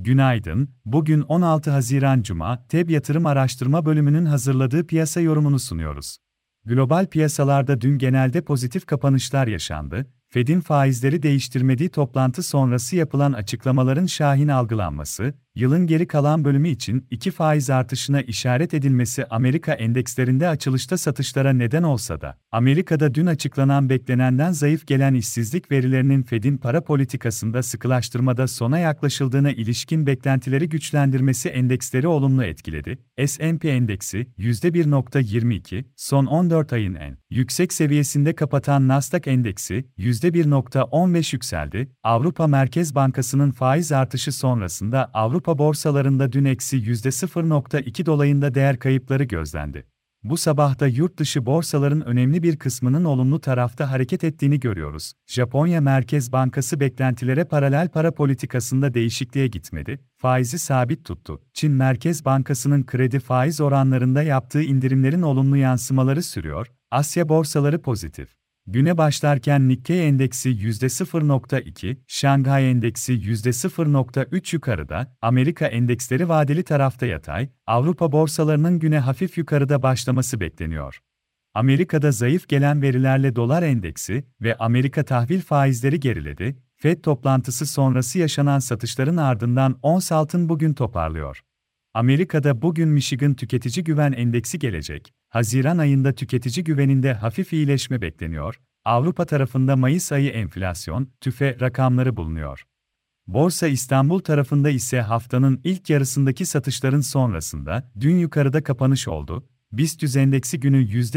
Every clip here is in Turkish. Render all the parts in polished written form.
Günaydın, bugün 16 Haziran Cuma, TEB Yatırım Araştırma Bölümünün hazırladığı piyasa yorumunu sunuyoruz. Global piyasalarda dün genelde pozitif kapanışlar yaşandı, Fed'in faizleri değiştirmediği toplantı sonrası yapılan açıklamaların şahin algılanması, yılın geri kalan bölümü için 2 faiz artışına işaret edilmesi Amerika endekslerinde açılışta satışlara neden olsa da, Amerika'da dün açıklanan beklenenden zayıf gelen işsizlik verilerinin Fed'in para politikasında sıkılaştırmada sona yaklaşıldığına ilişkin beklentileri güçlendirmesi endeksleri olumlu etkiledi. S&P endeksi %1.22, son 14 ayın en yüksek seviyesinde kapatan Nasdaq endeksi %1.15 yükseldi. Avrupa Merkez Bankası'nın faiz artışı sonrasında Avrupa borsalarında dün eksi %0.2 dolayında değer kayıpları gözlendi. Bu sabah da yurt dışı borsaların önemli bir kısmının olumlu tarafta hareket ettiğini görüyoruz. Japonya Merkez Bankası beklentilere paralel para politikasında değişikliğe gitmedi, faizi sabit tuttu. Çin Merkez Bankası'nın kredi faiz oranlarında yaptığı indirimlerin olumlu yansımaları sürüyor. Asya borsaları pozitif. Güne başlarken Nikkei endeksi %0.2, Şanghay endeksi %0.3 yukarıda, Amerika endeksleri vadeli tarafta yatay, Avrupa borsalarının güne hafif yukarıda başlaması bekleniyor. Amerika'da zayıf gelen verilerle dolar endeksi ve Amerika tahvil faizleri geriledi, Fed toplantısı sonrası yaşanan satışların ardından ons altın bugün toparlıyor. Amerika'da bugün Michigan Tüketici Güven Endeksi gelecek. Haziran ayında tüketici güveninde hafif iyileşme bekleniyor. Avrupa tarafında Mayıs ayı enflasyon, TÜFE rakamları bulunuyor. Borsa İstanbul tarafında ise haftanın ilk yarısındaki satışların sonrasında dün yukarıda kapanış oldu. BIST endeksi günü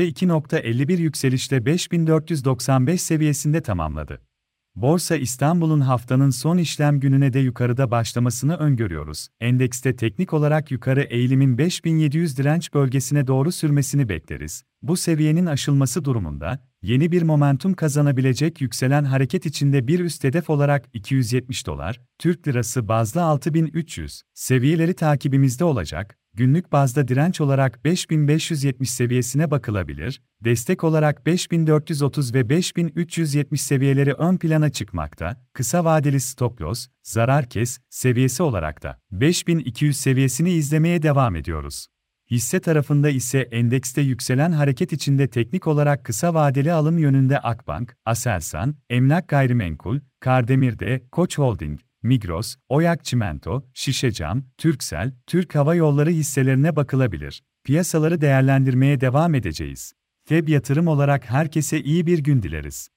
%2.51 yükselişle 5495 seviyesinde tamamladı. Borsa İstanbul'un haftanın son işlem gününe de yukarıda başlamasını öngörüyoruz. Endekste teknik olarak yukarı eğilimin 5700 direnç bölgesine doğru sürmesini bekleriz. Bu seviyenin aşılması durumunda, yeni bir momentum kazanabilecek yükselen hareket içinde bir üst hedef olarak $270, Türk Lirası bazlı 6300 seviyeleri takibimizde olacak. Günlük bazda direnç olarak 5570 seviyesine bakılabilir, destek olarak 5430 ve 5370 seviyeleri ön plana çıkmakta, kısa vadeli stop loss, zarar kes seviyesi olarak da 5200 seviyesini izlemeye devam ediyoruz. Hisse tarafında ise endekste yükselen hareket içinde teknik olarak kısa vadeli alım yönünde Akbank, Aselsan, Emlak Gayrimenkul, Kardemir'de, Koç Holding, Migros, Oyak Çimento, Şişecam, Turkcell, Türk Hava Yolları hisselerine bakılabilir. Piyasaları değerlendirmeye devam edeceğiz. TEB Yatırım olarak herkese iyi bir gün dileriz.